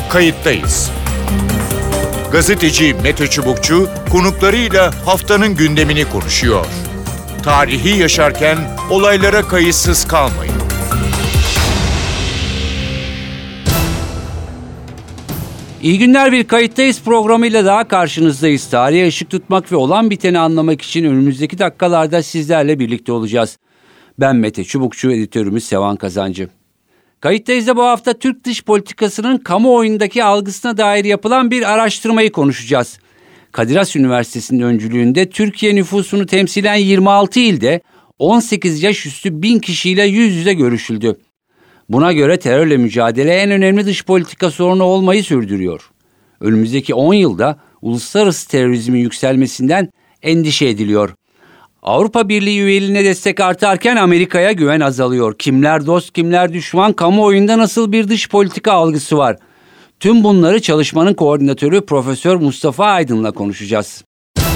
Kayıttayız. Gazeteci Mete Çubukçu konuklarıyla haftanın gündemini konuşuyor. Tarihi yaşarken olaylara kayıtsız kalmayın. İyi günler, bir Kayıttayız programıyla daha karşınızdayız. Tarihe ışık tutmak ve olan biteni anlamak için önümüzdeki dakikalarda sizlerle birlikte olacağız. Ben Mete Çubukçu, editörümüz Sevan Kazancı. Kayıttayız'da bu hafta Türk dış politikasının kamuoyundaki algısına dair yapılan bir araştırmayı konuşacağız. Kadir Has Üniversitesi'nin öncülüğünde Türkiye nüfusunu temsilen 26 ilde 18 yaş üstü 1000 kişiyle yüz yüze görüşüldü. Buna göre terörle mücadele en önemli dış politika sorunu olmayı sürdürüyor. Önümüzdeki 10 yılda uluslararası terörizmin yükselmesinden endişe ediliyor. Avrupa Birliği üyeliğine destek artarken Amerika'ya güven azalıyor. Kimler dost, kimler düşman, kamuoyunda nasıl bir dış politika algısı var? Tüm bunları çalışmanın koordinatörü Profesör Mustafa Aydın'la konuşacağız.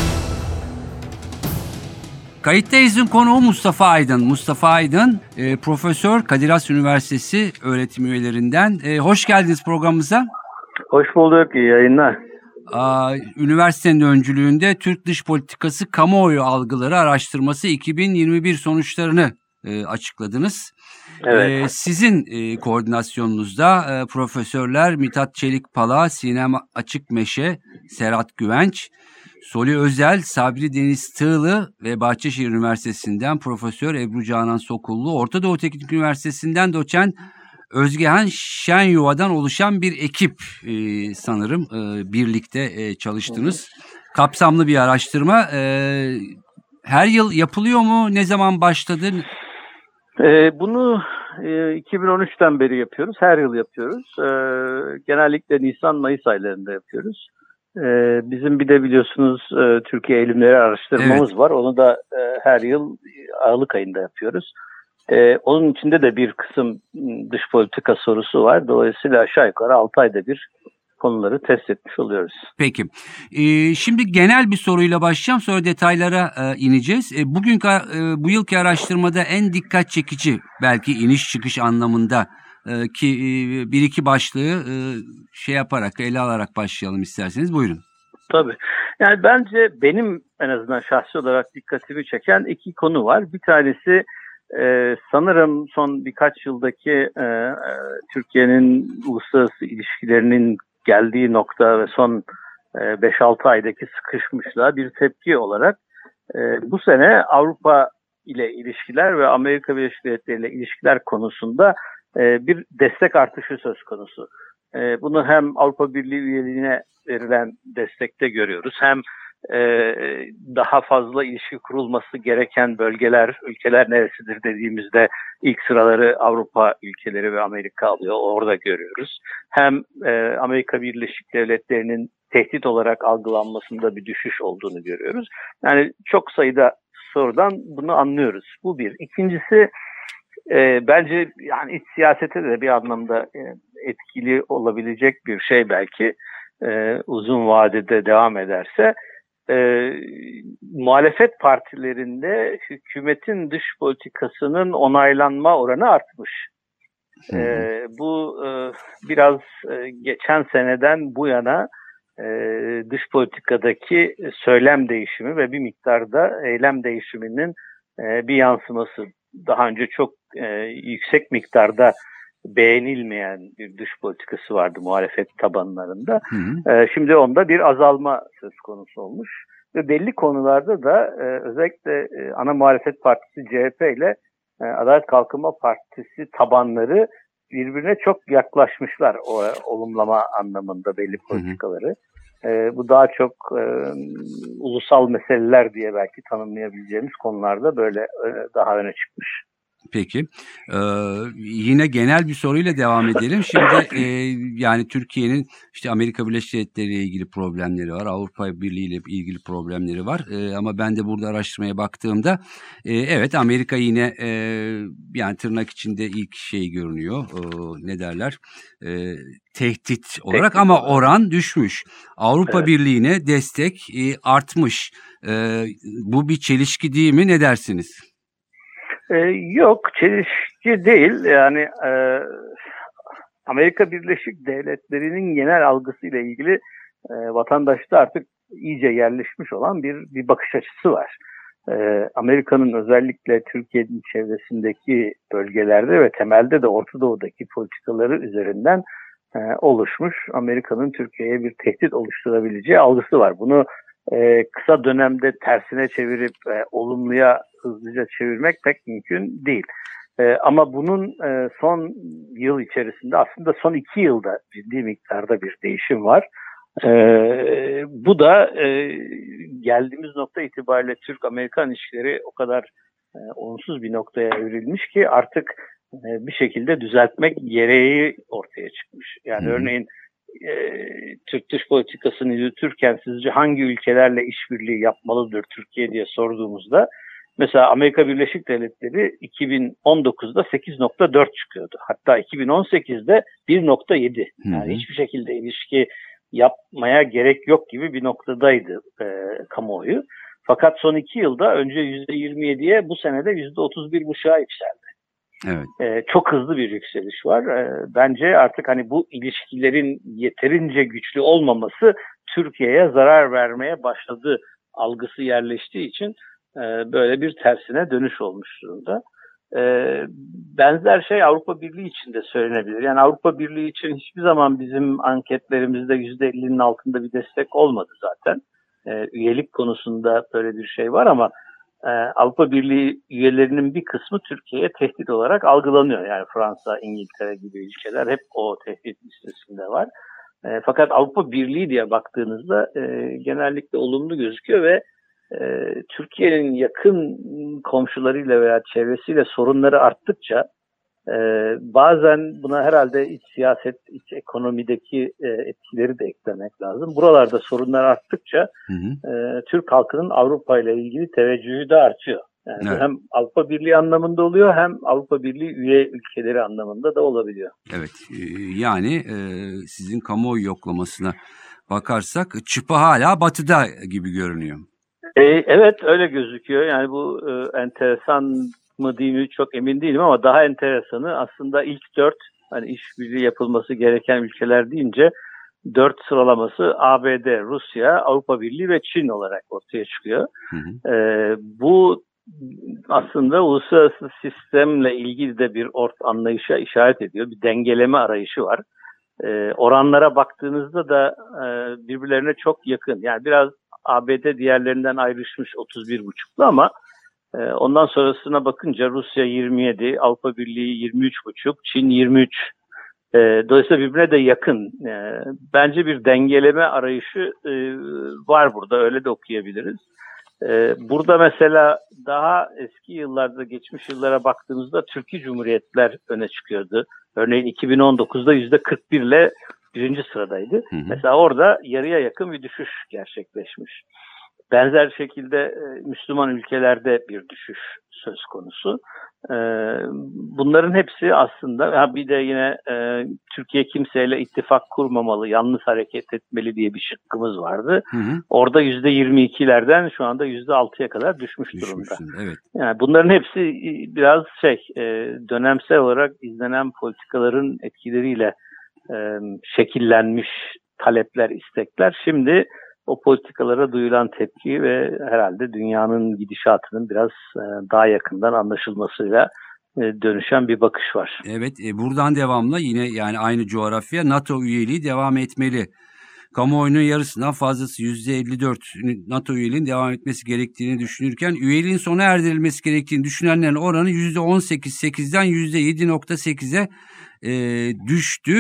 Kayıttayız'ın konuğu Mustafa Aydın. Mustafa Aydın, Profesör, Kadir Has Üniversitesi öğretim üyelerinden. Hoş geldiniz programımıza. Hoş bulduk, iyi yayınlar. Üniversitenin öncülüğünde Türk Dış Politikası Kamuoyu Algıları Araştırması 2021 sonuçlarını açıkladınız. Evet. Sizin koordinasyonunuzda profesörler Mithat Çelikpala, Sinem Açıkmeşe, Serhat Güvenç, Soli Özel, Sabri Deniz Tığlı ve Bahçeşehir Üniversitesi'nden Profesör Ebru Canan Sokullu, Orta Doğu Teknik Üniversitesi'nden doçent Özgehan Şenyuva'dan oluşan bir ekip sanırım birlikte çalıştınız. Kapsamlı bir araştırma. Her yıl yapılıyor mu? Ne zaman başladı? Bunu 2013'ten beri yapıyoruz. Her yıl yapıyoruz. Genellikle Nisan-Mayıs aylarında yapıyoruz. Bizim bir de biliyorsunuz Türkiye Eğilimleri araştırmamız var. Onu da her yıl Aralık ayında yapıyoruz. Onun içinde de bir kısım dış politika sorusu var. Dolayısıyla aşağı yukarı 6 ayda bir konuları test etmiş oluyoruz. Peki. Şimdi genel bir soruyla başlayacağım. Sonra detaylara ineceğiz. Bu yılki araştırmada en dikkat çekici, belki iniş çıkış anlamında ki bir iki başlığı ele alarak başlayalım isterseniz. Buyurun. Tabii. Yani bence benim en azından şahsi olarak dikkatimi çeken iki konu var. Bir tanesi sanırım son birkaç yıldaki Türkiye'nin uluslararası ilişkilerinin geldiği nokta ve son 5-6 aydaki sıkışmışlığa bir tepki olarak bu sene Avrupa ile ilişkiler ve Amerika Birleşik Devletleri ile ilişkiler konusunda bir destek artışı söz konusu. Bunu hem Avrupa Birliği üyeliğine verilen destekte görüyoruz, hem daha fazla ilişki kurulması gereken bölgeler, ülkeler neresidir dediğimizde ilk sıraları Avrupa ülkeleri ve Amerika alıyor. Orada görüyoruz. Hem Amerika Birleşik Devletleri'nin tehdit olarak algılanmasında bir düşüş olduğunu görüyoruz. Yani çok sayıda sorudan bunu anlıyoruz. Bu bir. İkincisi bence yani iç siyasete de bir anlamda etkili olabilecek bir şey belki uzun vadede devam ederse. Muhalefet partilerinde hükümetin dış politikasının onaylanma oranı artmış. Bu biraz geçen seneden bu yana dış politikadaki söylem değişimi ve bir miktarda eylem değişiminin bir yansıması. Daha önce çok yüksek miktarda beğenilmeyen bir dış politikası vardı muhalefet tabanlarında. Şimdi onda bir azalma söz konusu olmuş. Ve belli konularda da özellikle ana muhalefet partisi CHP ile Adalet Kalkınma Partisi tabanları birbirine çok yaklaşmışlar o olumlama anlamında belli politikaları. Bu daha çok ulusal meseleler diye belki tanımlayabileceğimiz konularda böyle daha öne çıkmış. Peki. Yine genel bir soruyla devam edelim. Şimdi yani Türkiye'nin işte Amerika Birleşik Devletleri ile ilgili problemleri var. Avrupa Birliği ile ilgili problemleri var. Ama ben de burada araştırmaya baktığımda evet, Amerika yine yani tırnak içinde ilk şey görünüyor. Ne derler? Tehdit olarak ama oran düşmüş. Avrupa Birliği'ne destek artmış. Bu bir çelişki değil mi? Ne dersiniz? Yok, çelişki değil. Yani Amerika Birleşik Devletleri'nin genel algısıyla ilgili vatandaşta artık iyice yerleşmiş olan bir bakış açısı var. Amerika'nın özellikle Türkiye'nin çevresindeki bölgelerde ve temelde de Orta Doğu'daki politikaları üzerinden oluşmuş Amerika'nın Türkiye'ye bir tehdit oluşturabileceği algısı var. Bunu kısa dönemde tersine çevirip olumluya hızlıca çevirmek pek mümkün değil. Ama bunun son yıl içerisinde aslında son 2 yılda ciddi miktarda bir değişim var. Bu da geldiğimiz nokta itibariyle Türk-Amerikan ilişkileri o kadar olumsuz bir noktaya evrilmiş ki artık bir şekilde düzeltmek gereği ortaya çıkmış. Yani örneğin Türk dış politikasını yürütürken sizce hangi ülkelerle işbirliği yapmalıdır Türkiye diye sorduğumuzda mesela Amerika Birleşik Devletleri 2019'da 8.4 çıkıyordu. Hatta 2018'de 1.7. Yani hiçbir şekilde ilişki yapmaya gerek yok gibi bir noktadaydı kamuoyu. Fakat son 2 yılda önce %27'ye bu senede %31,5'a yükseldi. Evet. Çok hızlı bir yükseliş var. Bence artık hani bu ilişkilerin yeterince güçlü olmaması Türkiye'ye zarar vermeye başladı algısı yerleştiği için böyle bir tersine dönüş olmuş durumda. Benzer şey Avrupa Birliği için de söylenebilir. Yani Avrupa Birliği için hiçbir zaman bizim anketlerimizde %50'nin altında bir destek olmadı zaten. Üyelik konusunda böyle bir şey var ama Avrupa Birliği üyelerinin bir kısmı Türkiye'ye tehdit olarak algılanıyor. Yani Fransa, İngiltere gibi ülkeler hep o tehdit listesinde var. Fakat Avrupa Birliği diye baktığınızda genellikle olumlu gözüküyor ve Türkiye'nin yakın komşularıyla veya çevresiyle sorunları arttıkça bazen buna herhalde iç siyaset, iç ekonomideki etkileri de eklemek lazım. Buralarda sorunlar arttıkça Türk halkının Avrupa ile ilgili teveccühü de artıyor. Yani evet. Hem Avrupa Birliği anlamında oluyor hem Avrupa Birliği üye ülkeleri anlamında da olabiliyor. Evet, yani sizin kamuoyu yoklamasına bakarsak çıpa hala batıda gibi görünüyor. Evet öyle gözüküyor. Yani bu enteresan mı değil mi çok emin değilim ama daha enteresanı aslında ilk 4 hani işbirliği yapılması gereken ülkeler deyince 4 sıralaması ABD, Rusya, Avrupa Birliği ve Çin olarak ortaya çıkıyor. Bu aslında uluslararası sistemle ilgili de bir anlayışa işaret ediyor. Bir dengeleme arayışı var. Oranlara baktığınızda da birbirlerine çok yakın. Yani biraz ABD diğerlerinden ayrışmış 31,5'lu ama ondan sonrasına bakınca Rusya 27, Avrupa Birliği 23,5, Çin 23. Dolayısıyla birbirine de yakın. Bence bir dengeleme arayışı var burada. Öyle de okuyabiliriz. Burada mesela daha eski yıllarda, geçmiş yıllara baktığımızda Türkiye Cumhuriyetler öne çıkıyordu. Örneğin 2019'da %41 ile 1. sıradaydı. Mesela orada yarıya yakın bir düşüş gerçekleşmiş. Benzer şekilde Müslüman ülkelerde bir düşüş söz konusu. Bunların hepsi aslında bir de yine Türkiye kimseyle ittifak kurmamalı, yalnız hareket etmeli diye bir şıkkımız vardı. Orada %22'lerden şu anda %6'ya kadar düşmüş durumda. Evet. Yani bunların hepsi biraz dönemsel olarak izlenen politikaların etkileriyle şekillenmiş talepler, istekler. Şimdi o politikalara duyulan tepki ve herhalde dünyanın gidişatının biraz daha yakından anlaşılmasıyla dönüşen bir bakış var. Evet, buradan devamla yine yani aynı coğrafya NATO üyeliği devam etmeli. Kamuoyunun yarısından fazlası %54 NATO üyeliğinin devam etmesi gerektiğini düşünürken üyeliğin sona erdirilmesi gerektiğini düşünenlerin oranı %18.8'den %7.8'e düştü.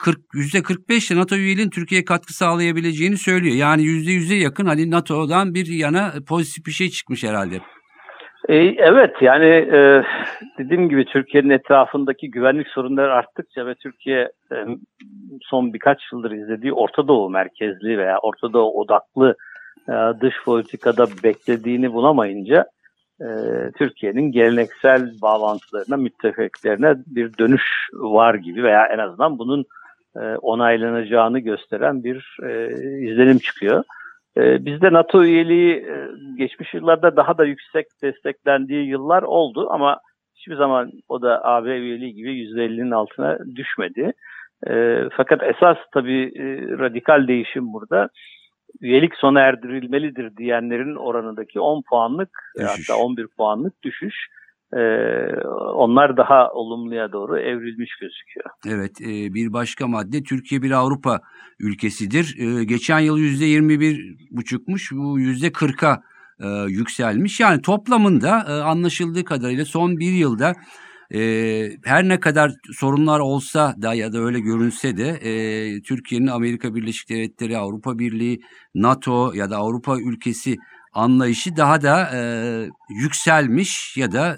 %45 NATO üyeliğinin Türkiye'ye katkı sağlayabileceğini söylüyor. Yani %100'e yakın hani NATO'dan bir yana pozitif bir şey çıkmış herhalde. Evet yani dediğim gibi Türkiye'nin etrafındaki güvenlik sorunları arttıkça ve Türkiye son birkaç yıldır izlediği Orta Doğu merkezli veya Orta Doğu odaklı dış politikada beklediğini bulamayınca Türkiye'nin geleneksel bağlantılarına, müttefiklerine bir dönüş var gibi veya en azından bunun onaylanacağını gösteren bir izlenim çıkıyor. Bizde NATO üyeliği geçmiş yıllarda daha da yüksek desteklendiği yıllar oldu ama hiçbir zaman o da AB üyeliği gibi %50'nin altına düşmedi. Fakat esas tabii radikal değişim burada üyelik sona erdirilmelidir diyenlerin oranındaki 10 puanlık Düşüş. hatta 11 puanlık düşüş. Onlar daha olumluya doğru evrilmiş gözüküyor. Evet, bir başka madde Türkiye bir Avrupa ülkesidir. Geçen yıl %21,5'muş, bu %40'a yükselmiş. Yani toplamında anlaşıldığı kadarıyla son bir yılda her ne kadar sorunlar olsa da ya da öyle görünse de Türkiye'nin Amerika Birleşik Devletleri, Avrupa Birliği, NATO ya da Avrupa ülkesi anlayışı daha da yükselmiş ya da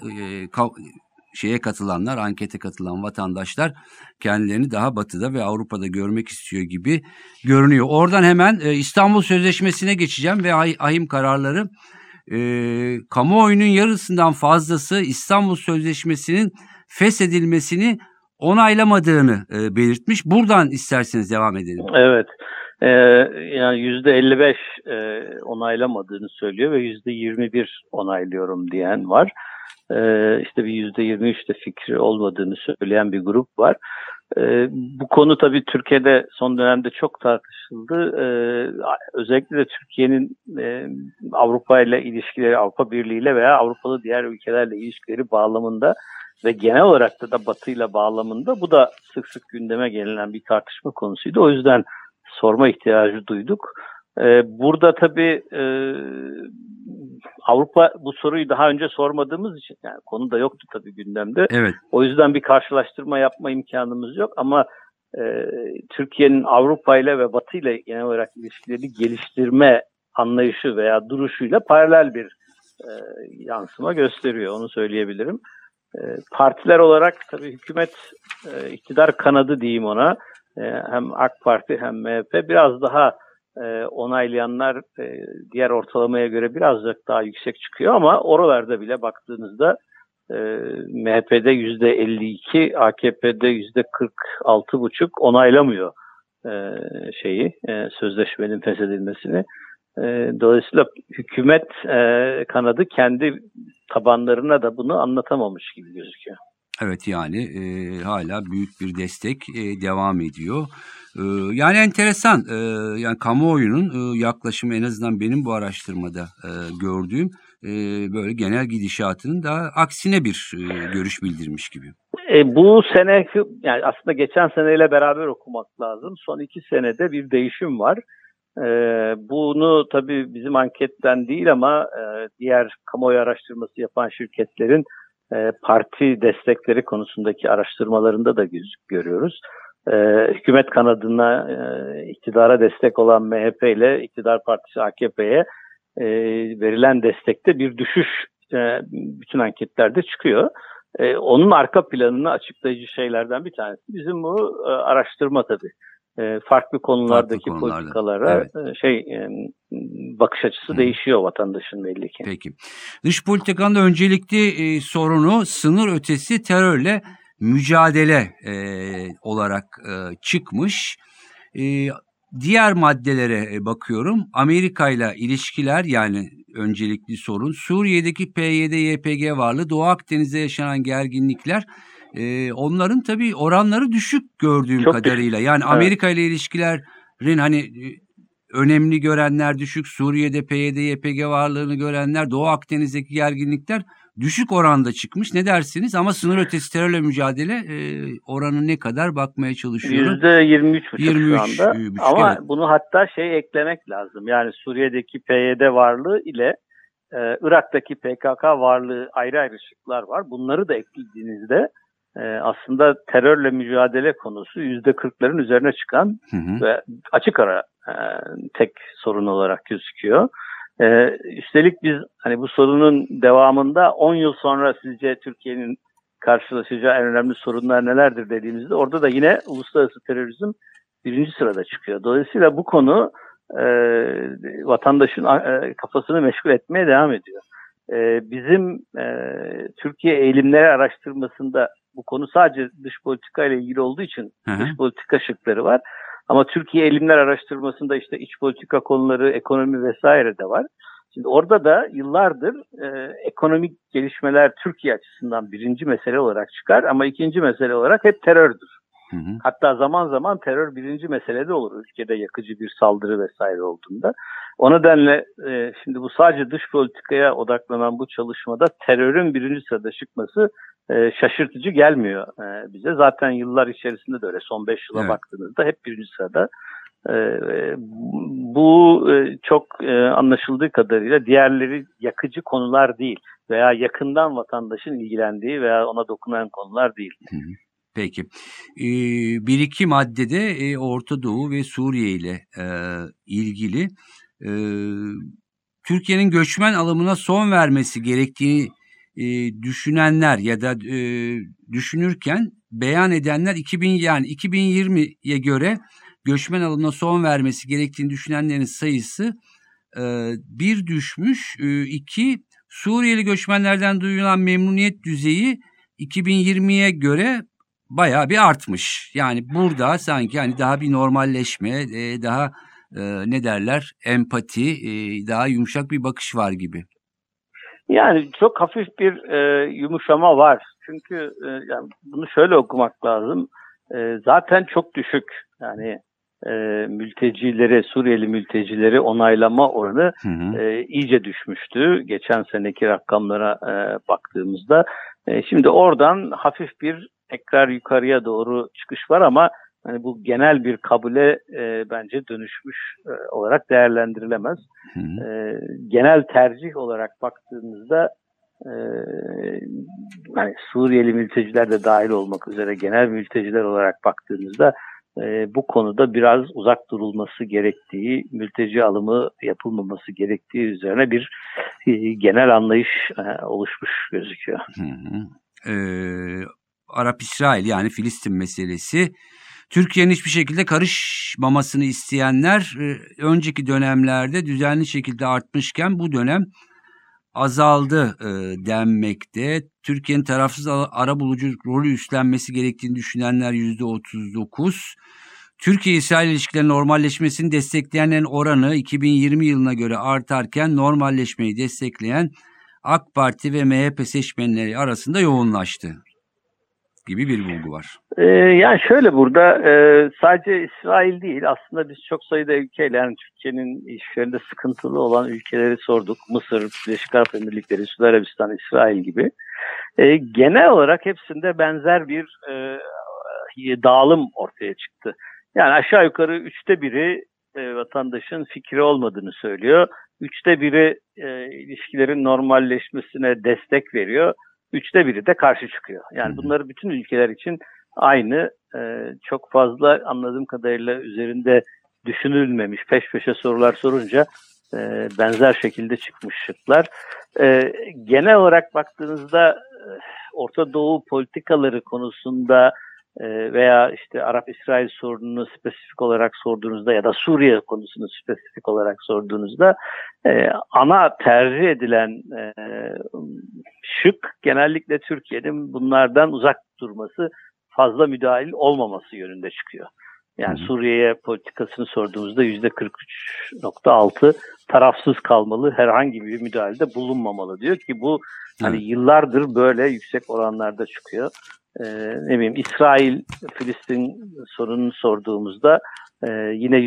ankete katılan vatandaşlar kendilerini daha batıda ve Avrupa'da görmek istiyor gibi görünüyor. Oradan hemen İstanbul Sözleşmesi'ne geçeceğim ve ahim kararları. Kamuoyunun yarısından fazlası İstanbul Sözleşmesi'nin feshedilmesini onaylamadığını belirtmiş. Buradan isterseniz devam edelim. Evet. Yani %55 onaylamadığını söylüyor ve %21 onaylıyorum diyen var. İşte bir %23 de fikri olmadığını söyleyen bir grup var. Bu konu tabii Türkiye'de son dönemde çok tartışıldı. Özellikle de Türkiye'nin Avrupa ile ilişkileri, Avrupa Birliği ile veya Avrupalı diğer ülkelerle ilişkileri bağlamında ve genel olarak da Batı ile bağlamında bu da sık sık gündeme gelinen bir tartışma konusuydu. O yüzden sorma ihtiyacı duyduk. Burada tabii Avrupa bu soruyu daha önce sormadığımız için yani konu da yoktu tabii gündemde. Evet. O yüzden bir karşılaştırma yapma imkanımız yok ama Türkiye'nin Avrupa ile ve Batı ile genel olarak ilişkileri geliştirme anlayışı veya duruşuyla paralel bir yansıma gösteriyor. Onu söyleyebilirim. Partiler olarak tabii hükümet iktidar kanadı diyeyim ona. Hem AK Parti hem MHP biraz daha onaylayanlar diğer ortalamaya göre birazcık daha yüksek çıkıyor ama oralarda bile baktığınızda MHP'de %52, AKP'de %46,5 onaylamıyor sözleşmenin feshedilmesini. Dolayısıyla hükümet kanadı kendi tabanlarına da bunu anlatamamış gibi gözüküyor. Evet yani hala büyük bir destek devam ediyor. Yani enteresan yani kamuoyunun yaklaşımı en azından benim bu araştırmada gördüğüm böyle genel gidişatının da aksine bir görüş bildirmiş gibi. Bu sene yani aslında geçen seneyle beraber okumak lazım. Son 2 senede bir değişim var. Bunu tabii bizim anketten değil ama diğer kamuoyu araştırması yapan şirketlerin parti destekleri konusundaki araştırmalarında da görüyoruz. Hükümet kanadına iktidara destek olan MHP ile iktidar partisi AKP'ye verilen destekte bir düşüş bütün anketlerde çıkıyor. Onun arka planını açıklayıcı şeylerden bir tanesi bizim bu araştırma tabii. Farklı konulardaki politikalara evet. Bakış açısı değişiyor vatandaşın belli ki. Peki. Dış politikanın da öncelikli sorunu sınır ötesi terörle mücadele olarak çıkmış. Diğer maddelere bakıyorum. Amerika ile ilişkiler yani öncelikli sorun. Suriye'deki PYD-YPG varlığı, Doğu Akdeniz'de yaşanan gerginlikler. Onların tabii oranları düşük gördüğüm çok kadarıyla. Yani evet. Amerika ile ilişkilerin hani önemli görenler düşük. Suriye'de PYD-YPG varlığını görenler, Doğu Akdeniz'deki gerginlikler düşük oranda çıkmış. Ne dersiniz? Ama sınır ötesi terörle mücadele oranı ne kadar bakmaya çalışıyorum. %23,5 şu anda. Ama evet. Bunu hatta eklemek lazım. Yani Suriye'deki PYD varlığı ile Irak'taki PKK varlığı ayrı ayrı şıklar var. Bunları da eklediğinizde aslında terörle mücadele konusu %40'ların üzerine çıkan ve açık ara tek sorun olarak gözüküyor. Üstelik biz hani bu sorunun devamında 10 yıl sonra sizce Türkiye'nin karşılaşacağı en önemli sorunlar nelerdir dediğimizde orada da yine uluslararası terörizm 1. sırada çıkıyor. Dolayısıyla bu konu vatandaşın kafasını meşgul etmeye devam ediyor. Bizim Türkiye eğilimleri araştırmasında bu konu sadece dış politika ile ilgili olduğu için dış politika şıkları var. Ama Türkiye eğilimler araştırmasında işte iç politika konuları, ekonomi vesaire de var. Şimdi orada da yıllardır ekonomik gelişmeler Türkiye açısından birinci mesele olarak çıkar ama ikinci mesele olarak hep terördür. hı. Hatta zaman zaman terör birinci meselede olur. Ülkede yakıcı bir saldırı vesaire olduğunda. O nedenle şimdi bu sadece dış politikaya odaklanan bu çalışmada terörün birinci sırada çıkması şaşırtıcı gelmiyor bize. Zaten yıllar içerisinde de öyle. Son 5 yıla baktığınızda hep birinci sırada. Bu çok anlaşıldığı kadarıyla diğerleri yakıcı konular değil veya yakından vatandaşın ilgilendiği veya ona dokunan konular değil. Peki. Bir iki maddede Orta Doğu ve Suriye ile ilgili Türkiye'nin göçmen alımına son vermesi gerektiğini düşünenler ya da düşünürken beyan edenler 2020'ye göre göçmen alımına son vermesi gerektiğini düşünenlerin sayısı bir düşmüş. İki, Suriyeli göçmenlerden duyulan memnuniyet düzeyi 2020'ye göre bayağı bir artmış. Yani burada sanki hani daha bir normalleşme, daha ne derler, empati, daha yumuşak bir bakış var gibi. Yani çok hafif bir yumuşama var. Çünkü yani bunu şöyle okumak lazım. Zaten çok düşük. Yani Suriyeli mültecileri onaylama oranı iyice düşmüştü. Geçen seneki rakamlara baktığımızda. Şimdi oradan hafif bir tekrar yukarıya doğru çıkış var ama hani bu genel bir kabule bence dönüşmüş olarak değerlendirilemez. Genel tercih olarak baktığımızda hani Suriyeli mülteciler de dahil olmak üzere genel mülteciler olarak baktığımızda bu konuda biraz uzak durulması gerektiği, mülteci alımı yapılmaması gerektiği üzerine bir genel anlayış oluşmuş gözüküyor. Arap-İsrail yani Filistin meselesi. Türkiye'nin hiçbir şekilde karışmamasını isteyenler önceki dönemlerde düzenli şekilde artmışken bu dönem azaldı denmekte. Türkiye'nin tarafsız arabulucu rolü üstlenmesi gerektiğini düşünenler %39. Türkiye-İsrail ilişkilerinin normalleşmesini destekleyenlerin oranı 2020 yılına göre artarken normalleşmeyi destekleyen AK Parti ve MHP seçmenleri arasında yoğunlaştı gibi bir bulgu var. Yani şöyle burada sadece İsrail değil aslında biz çok sayıda ülkeyle yani Türkiye'nin ilişkilerinde sıkıntılı olan ülkeleri sorduk. Mısır, Birleşik Arap Emirlikleri, Suudi Arabistan, İsrail gibi. Genel olarak hepsinde benzer bir dağılım ortaya çıktı. Yani aşağı yukarı 1/3 vatandaşın fikri olmadığını söylüyor. 1/3 ilişkilerin normalleşmesine destek veriyor. 1/3 de karşı çıkıyor. Yani bunları bütün ülkeler için aynı, çok fazla anladığım kadarıyla üzerinde düşünülmemiş peş peşe sorular sorunca benzer şekilde çıkmış şıklar. Genel olarak baktığınızda Orta Doğu politikaları konusunda veya işte Arap-İsrail sorununu spesifik olarak sorduğunuzda ya da Suriye konusunu spesifik olarak sorduğunuzda ana tercih edilen şık genellikle Türkiye'nin bunlardan uzak durması, fazla müdahil olmaması yönünde çıkıyor. Yani Suriye'ye politikasını sorduğumuzda %43.6 tarafsız kalmalı, herhangi bir müdahalede bulunmamalı diyor ki bu hani yıllardır böyle yüksek oranlarda çıkıyor. Ne bileyim İsrail-Filistin sorununu sorduğumuzda yine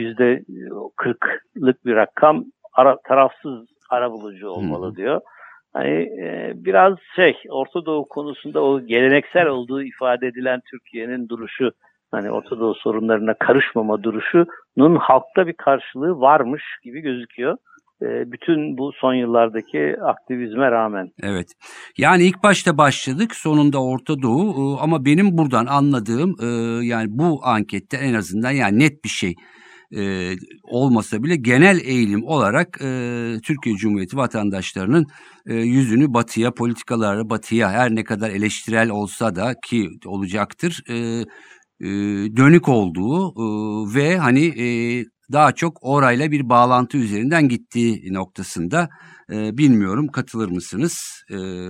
%40'lık bir rakam tarafsız arabulucu olmalı diyor. Hani biraz Orta Doğu konusunda o geleneksel olduğu ifade edilen Türkiye'nin duruşu, hani Orta Doğu sorunlarına karışmama duruşunun halkta bir karşılığı varmış gibi gözüküyor. Bütün bu son yıllardaki aktivizme rağmen. Evet. Yani ilk başta başladık, sonunda Orta Doğu ama benim buradan anladığım yani bu ankette en azından yani net bir şey olmasa bile genel eğilim olarak Türkiye Cumhuriyeti vatandaşlarının yüzünü batıya, politikaları batıya her ne kadar eleştirel olsa da ki olacaktır dönük olduğu ve hani daha çok orayla bir bağlantı üzerinden gittiği noktasında bilmiyorum katılır mısınız?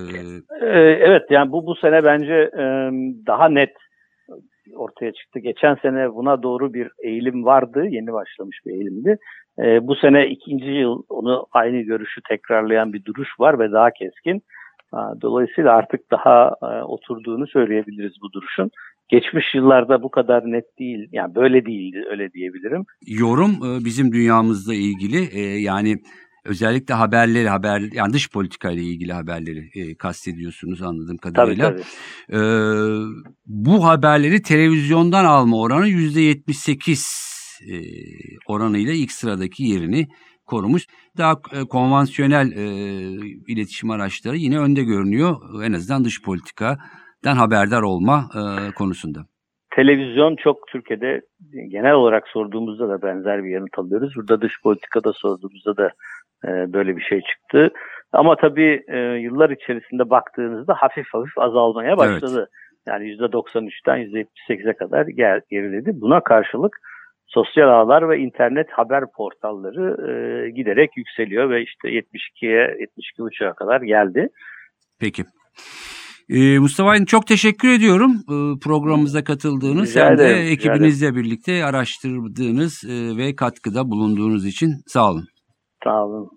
Evet yani bu sene bence daha net ortaya çıktı. Geçen sene buna doğru bir eğilim vardı. Yeni başlamış bir eğilimdi. Bu sene 2. yıl onu aynı görüşü tekrarlayan bir duruş var ve daha keskin. Dolayısıyla artık daha oturduğunu söyleyebiliriz bu duruşun. geçmiş yıllarda bu kadar net değil. Yani böyle değildi, öyle diyebilirim. Yorum bizim dünyamızla ilgili yani özellikle haberleri yani dış politika ile ilgili haberleri kastediyorsunuz anladığım kadarıyla. Tabii. Bu haberleri televizyondan alma oranı %78 oranıyla ilk sıradaki yerini korumuş. Daha konvansiyonel iletişim araçları yine önde görünüyor. En azından dış politikadan haberdar olma konusunda. Televizyon çok Türkiye'de genel olarak sorduğumuzda da benzer bir yanıt alıyoruz. Burada dış politikada sorduğumuzda da böyle bir şey çıktı. Ama tabii yıllar içerisinde baktığınızda hafif azalmaya başladı. Evet. Yani %93'ten %78'e kadar geriledi. Buna karşılık sosyal ağlar ve internet haber portalları giderek yükseliyor ve işte 72.5'a kadar geldi. Peki. Mustafa Aydın çok teşekkür ediyorum programımıza katıldığınız hem de ekibinizle birlikte araştırdığınız ve katkıda bulunduğunuz için sağ olun. Sağ olun.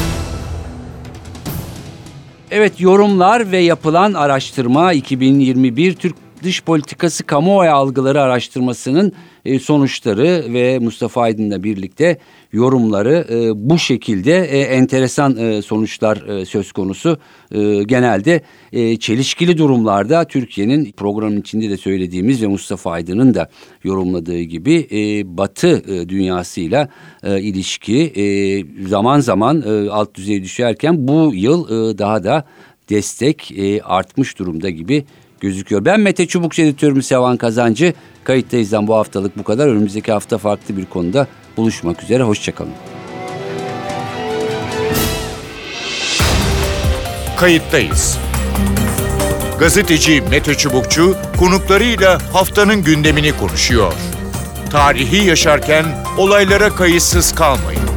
Evet, yorumlar ve yapılan araştırma 2021 Türk Dış Politikası Kamuoyu Algıları Araştırması'nın sonuçları ve Mustafa Aydın'la birlikte yorumları bu şekilde enteresan sonuçlar söz konusu. Genelde çelişkili durumlarda Türkiye'nin programın içinde de söylediğimiz ve Mustafa Aydın'ın da yorumladığı gibi Batı dünyasıyla ilişki zaman zaman alt düzeye düşerken bu yıl daha da destek artmış durumda gibi gözüküyor. Ben Mete Çubukçu, editörümüz Sevan Kazancı. Kayıttayız'dan bu haftalık bu kadar. Önümüzdeki hafta farklı bir konuda buluşmak üzere. Hoşçakalın. Kayıttayız. Gazeteci Mete Çubukçu konuklarıyla haftanın gündemini konuşuyor. Tarihi yaşarken olaylara kayıtsız kalmayın.